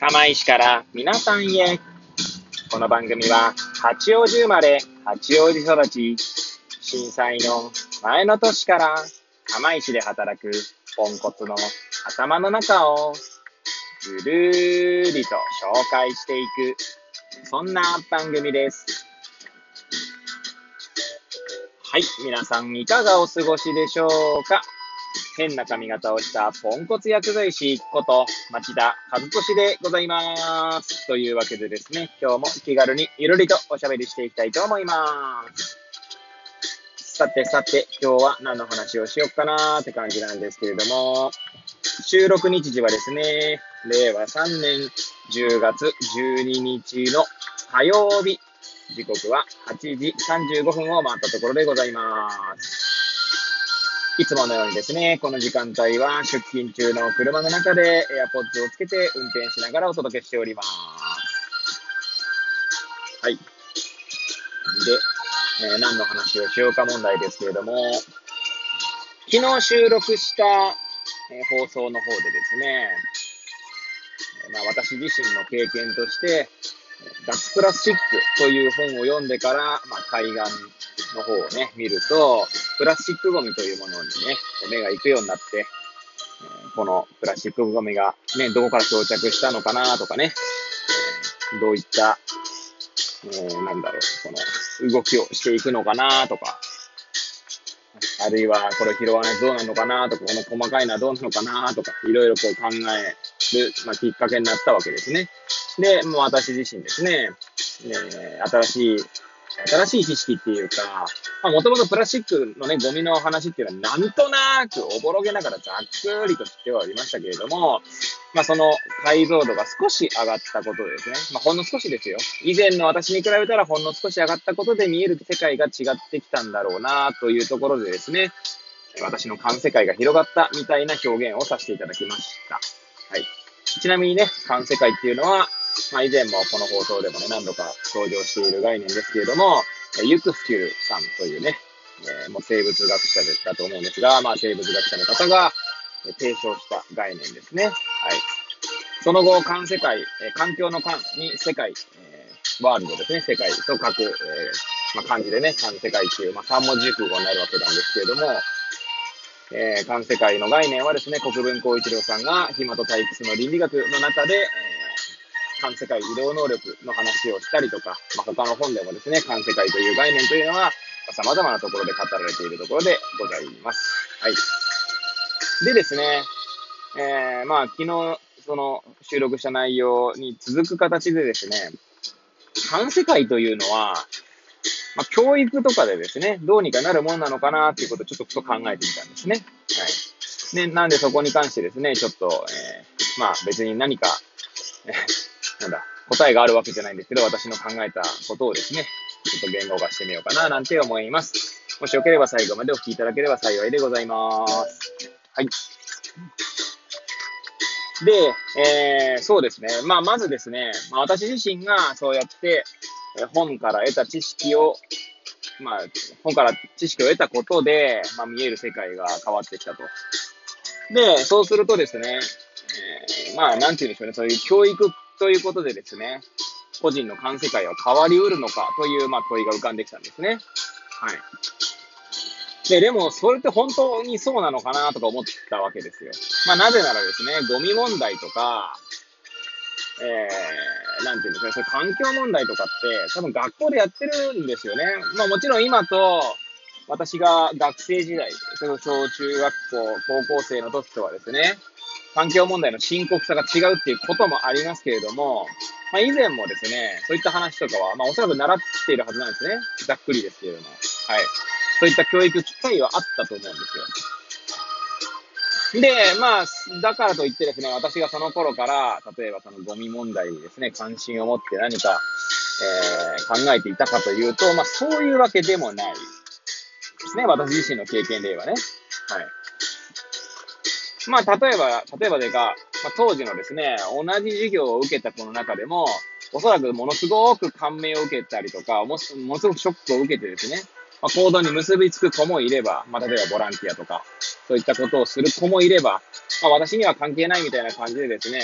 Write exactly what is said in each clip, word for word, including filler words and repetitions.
釜石から皆さんへ。この番組は八王子生まれ、八王子育ち、震災の前の年から釜石で働くポンコツの頭の中をぐるーりと紹介していく、そんな番組です。はい、皆さんいかがお過ごしでしょうか。変な髪型をしたポンコツ薬剤師こと町田和俊でございます。というわけでですね、今日も気軽にゆるりとおしゃべりしていきたいと思います。さてさて、今日は何の話をしようかなーって感じなんですけれども、収録日時はですね、れいわさんねんじゅうがつじゅうににちの火曜日、時刻ははちじさんじゅうごふんを回ったところでございます。いつものようにですね、この時間帯は出勤中の車の中で AirPods をつけて運転しながらお届けしております。はい。で、えー、何の話をしようか問題ですけれども、昨日収録した、えー、放送の方でですね、まあ、私自身の経験として、脱プラスチックという本を読んでから、まあ、海岸の方をね、見ると、プラスチックゴミというものにね、目が行くようになって、このプラスチックゴミがね、どこから漂着したのかなとかね、どういった、えー、なんだろう、この動きをしていくのかなとか、あるいはこれ拾わないとどうなのかなとか、この細かいのはどうなのかなとか、いろいろこう考える、まあ、きっかけになったわけですね。で、もう私自身ですね、えー、新しい、新しい知識っていうか、まあ、もともとプラスチックのね、ゴミの話っていうのは、なんとなくおぼろげながらざっくりと知ってはおりましたけれども、まあ、その解像度が少し上がったことですね。まあ、ほんの少しですよ。以前の私に比べたらほんの少し上がったことで見える世界が違ってきたんだろうなというところでですね、私の観世界が広がったみたいな表現をさせていただきました。はい。ちなみにね、観世界っていうのは、まあ、以前もこの放送でもね、何度か登場している概念ですけれども、ユクスキュルさんというね、えー、もう生物学者だと思うんですが、まあ、生物学者の方が提唱した概念ですね。はい。その後、環世界、えー、環境の環に世界、えー、ワールドですね、世界と書く、えーまあ、漢字でね、環世界っていう、まあ、三文字熟語になるわけなんですけれども、えー、環世界の概念はですね、国分光一郎さんが暇と退屈の倫理学の中で、えー、環世界移動能力の話をしたりとか、まあ、他の本でもですね、環世界という概念というのは、様々なところで語られているところでございます。はい。でですね、えー、まあ、昨日、その収録した内容に続く形でですね、環世界というのは、まあ、教育とかでですね、どうにかなるもんなのかなっていうことをちょっとふと考えてみたんですね。はい。で、なんでそこに関してですね、ちょっと、えー、まあ別に何か、えー、なんだ、答えがあるわけじゃないんですけど、私の考えたことをですね、ちょっと言語化してみようかななんて思います。もしよければ最後までお聞きいただければ幸いでございます。はい。で、えー、そうですね。まあまずですね、まあ、私自身がそうやって、本から得た知識を、まあ、本から知識を得たことで、まあ、見える世界が変わってきたと。で、そうするとですね、えー、まあ、なんて言うんでしょうね、そういう教育ということでですね、個人の観世界は変わりうるのかという、まあ、問いが浮かんできたんですね。はい。で、でも、それって本当にそうなのかなとか思ったわけですよ。まあ、なぜならですね、ゴミ問題とか、えー、なんていうんですかね、そういう環境問題とかって、多分学校でやってるんですよね。まあもちろん今と、私が学生時代、その小中学校、高校生の時とはですね、環境問題の深刻さが違うっていうこともありますけれども、まあ以前もですね、そういった話とかは、まあおそらく習っているはずなんですね。ざっくりですけれども。はい。そういった教育機会はあったと思うんですよ。で、まあ、だからといってですね、私がその頃から、例えばそのゴミ問題にですね、関心を持って何か、えー、考えていたかというと、まあ、そういうわけでもないですね。私自身の経験で言えばね。はい。まあ、例えば、例えばでか、まあ、当時のですね、同じ授業を受けた子の中でも、おそらくものすごく感銘を受けたりとか、もものすごくショックを受けてですね、まあ、行動に結びつく子もいれば、まあ、例えばボランティアとか、そういったことをする子もいれば、まあ、私には関係ないみたいな感じでですね、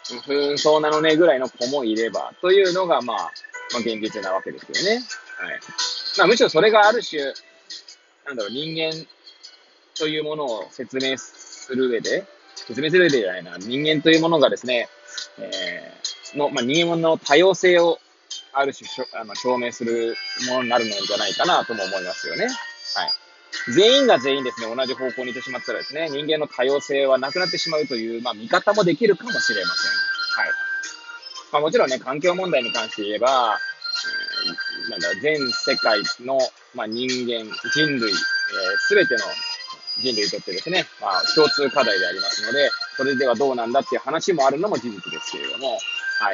ふーん、そうなのねぐらいの子もいれば、というのが、まあ、まあ、現実なわけですよね。はい。まあ、むしろそれがある種、なんだろう、人間というものを説明する上で、説明する上でじゃないな、人間というものがですね、えー、の、まあ、人間の多様性をある種しょあの証明するものになるのじゃないかなとも思いますよね。はい。全員が全員ですね、同じ方向に行ってしまったらですね、人間の多様性はなくなってしまうという、まあ、見方もできるかもしれません。はい。まあ、もちろんね、環境問題に関して言えば、えー、なんだ、全世界の、まあ、人間、人類、す、え、べ、ての人類にとってですね、まあ、共通課題でありますので、それではどうなんだっていう話もあるのも事実ですけれども、はい。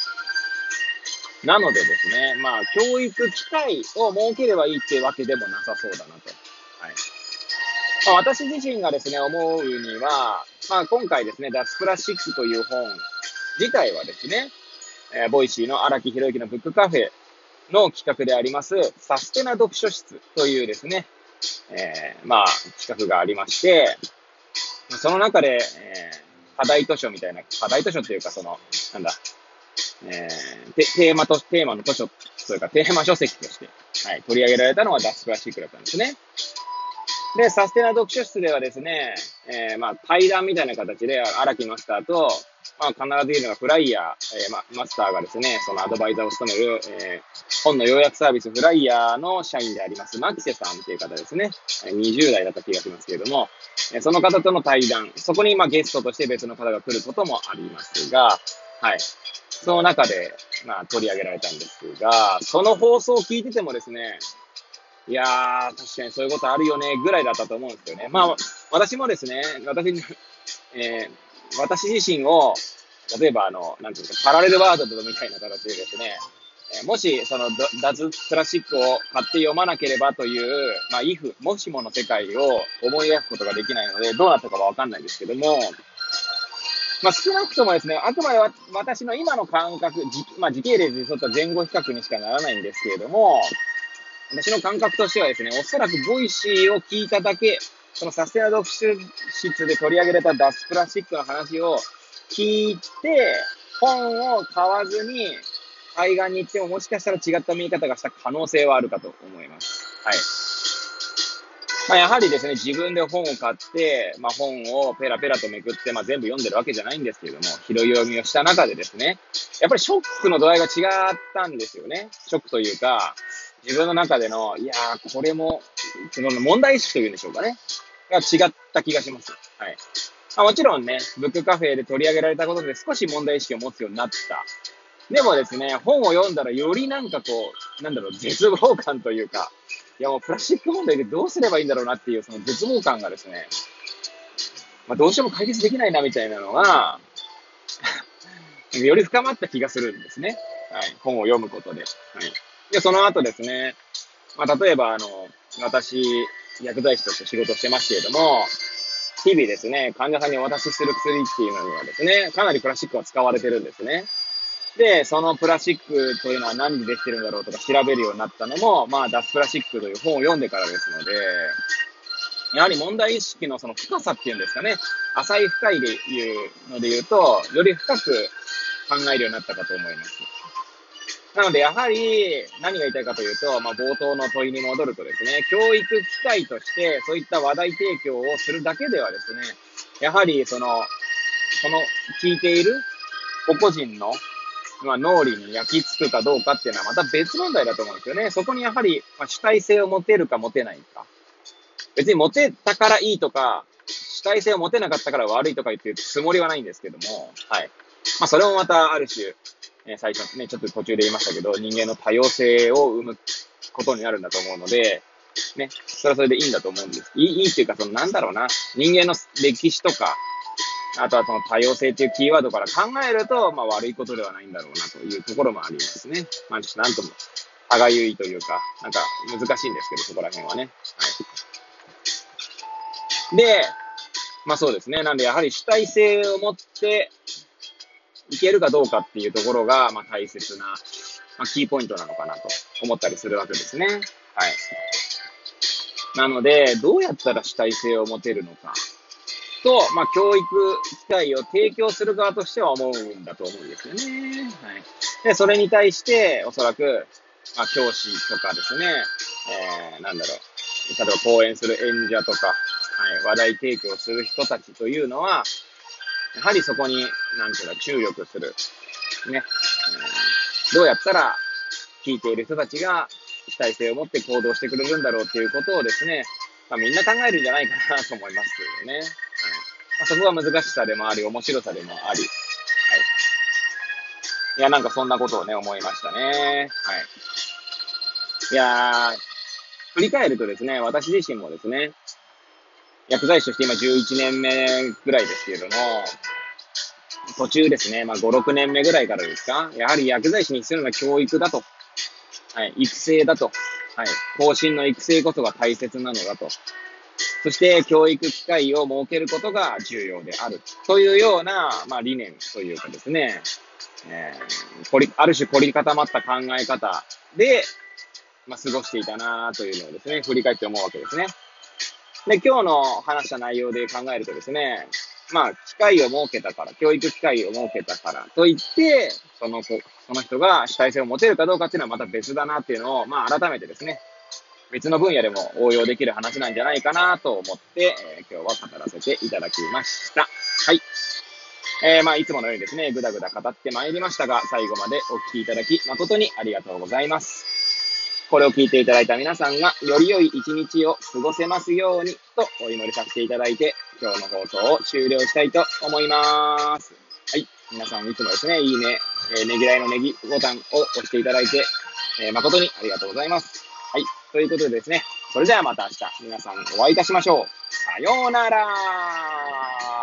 なのでですね、まあ、教育機会を設ければいいっていうわけでもなさそうだなと。はい。まあ、私自身がですね、思うには、まあ、今回ですね、脱プラスチックという本自体はですね、えー、ボイシーの荒木博之のブックカフェの企画であります、サステナ読書室というですね、えー、まあ、企画がありまして、その中で、えー、課題図書みたいな、課題図書というか、その、なんだ、えー、テーマと、テーマの図書というか、テーマ書籍として、はい、取り上げられたのは脱プラスチックだったんですね。で、サステナ読書室ではですね、えー、まあ、対談みたいな形で、荒木マスターと、まあ、必ずいるのがフライヤー、えー、ま、マスターがですね、そのアドバイザーを務める、えー、本の要約サービスフライヤーの社員であります、マキセさんという方ですね。にじゅう代だった気がしますけれども、えー、その方との対談、そこに、まあ、ゲストとして別の方が来ることもありますが、はい。その中で、まあ、取り上げられたんですが、その放送を聞いててもですね、いやー、確かにそういうことあるよね、ぐらいだったと思うんですよね。まあ、私もですね、私、えー、私自身を、例えば、あの、なんていうか、パラレルワードみたいな形でですね、えー、もし、その、脱プラスチックを買って読まなければという、まあ、if、もしもの世界を思い描くことができないので、どうなったかはわかんないですけども、まあ、少なくともですね、あくまで私の今の感覚、じまあ、時系列でちょっと前後比較にしかならないんですけれども、私の感覚としてはですね、おそらくボイシーを聞いただけ、そのサステナ読書室で取り上げられた脱プラスチックの話を聞いて、本を買わずに海岸に行ってももしかしたら違った見え方がした可能性はあるかと思います。はい。まあ、やはりですね、自分で本を買って、まあ、本をペラペラとめくって、まあ、全部読んでるわけじゃないんですけれども、拾い読みをした中でですね、やっぱりショックの度合いが違ったんですよね。ショックというか、自分の中での、いやー、これも、その問題意識というんでしょうかね。が違った気がします。はい。まあ、もちろんね、ブックカフェで取り上げられたことで少し問題意識を持つようになった。でもですね、本を読んだらよりなんかこう、なんだろう、絶望感というか、いやもうプラスチック問題でどうすればいいんだろうなっていうその絶望感がですね、まあ、どうしても解決できないなみたいなのが、より深まった気がするんですね。はい。本を読むことで。はい。で、その後ですね、まあ、例えば、あの、私、薬剤師として仕事をしてますけれども、日々ですね、患者さんにお渡しする薬っていうのにはですね、かなりプラスチックが使われてるんですね。で、そのプラスチックというのは何でできてるんだろうとか調べるようになったのも、まあ、脱プラスチックという本を読んでからですので、やはり問題意識のその深さっていうんですかね、浅い深いでいうので言うと、より深く考えるようになったかと思います。なので、やはり、何が言いたいかというと、まあ、冒頭の問いに戻るとですね、教育機会として、そういった話題提供をするだけではですね、やはり、その、その、聞いている個々人の、まあ、脳裏に焼き付くかどうかっていうのはまた別問題だと思うんですよね。そこにやはり、まあ、主体性を持てるか持てないか。別に持てたからいいとか、主体性を持てなかったから悪いとか言ってるつもりはないんですけども、はい。まあ、それもまたある種、えー、最初ね、ちょっと途中で言いましたけど、人間の多様性を生むことになるんだと思うので、ね、それはそれでいいんだと思うんです。いい、いいっていうか、そのなんだろうな、人間の歴史とか、あとはその多様性っていうキーワードから考えると、まあ悪いことではないんだろうなというところもありますね。まあちょっとなんとも、歯がゆいというか、なんか難しいんですけど、そこら辺はね。はい。で、まあそうですね。なんでやはり主体性を持っていけるかどうかっていうところが、まあ大切な、まあ、キーポイントなのかなと思ったりするわけですね。はい。なので、どうやったら主体性を持てるのか。 と、まあ、教育機会を提供する側としては思うんだと思うんですよね。はい。で、それに対して、おそらく、まあ、教師とかですね、えー、なんだろう、例えば講演する演者とか、はい、話題提供する人たちというのは、やはりそこに、なんていうか、注力する。ね。えー、どうやったら、聞いている人たちが主体性を持って行動してくれるんだろうっていうことをですね、まあ、みんな考えるんじゃないかなと思いますけどね。はい。まあ、そこは難しさでもあり、面白さでもあり。はい。いや、なんかそんなことをね、思いましたね。はい。いやー、振り返るとですね、私自身もですね、薬剤師として今じゅういちねんめぐらいですけれども、途中ですね、まあご、ろくねんめぐらいからですか、やはり薬剤師に必要な教育だと、はい、育成だと、はい、後進の育成こそが大切なのだと、そして教育機会を設けることが重要であるというような、まあ、理念というかですね、えー、凝りある種凝り固まった考え方で、まあ、過ごしていたなというのをですね、振り返って思うわけですね。で、今日の話した内容で考えるとですね、まあ、機会を設けたから、教育機会を設けたからといって、その子、その人が主体性を持てるかどうかっていうのはまた別だなっていうのを、まあ、改めてですね、別の分野でも応用できる話なんじゃないかなと思って、えー、今日は語らせていただきました。はい。えー、まあ、いつものようにですね、ぐだぐだ語ってまいりましたが、最後までお聞きいただき誠にありがとうございます。これを聞いていただいた皆さんがより良い一日を過ごせますようにとお祈りさせていただいて、今日の放送を終了したいと思います。はい。皆さんいつもですね、いいね、えー、ねぎらいのネギボタンを押していただいて、えー、誠にありがとうございます。はい。ということでですね、それではまた明日皆さんお会いいたしましょう。さようなら。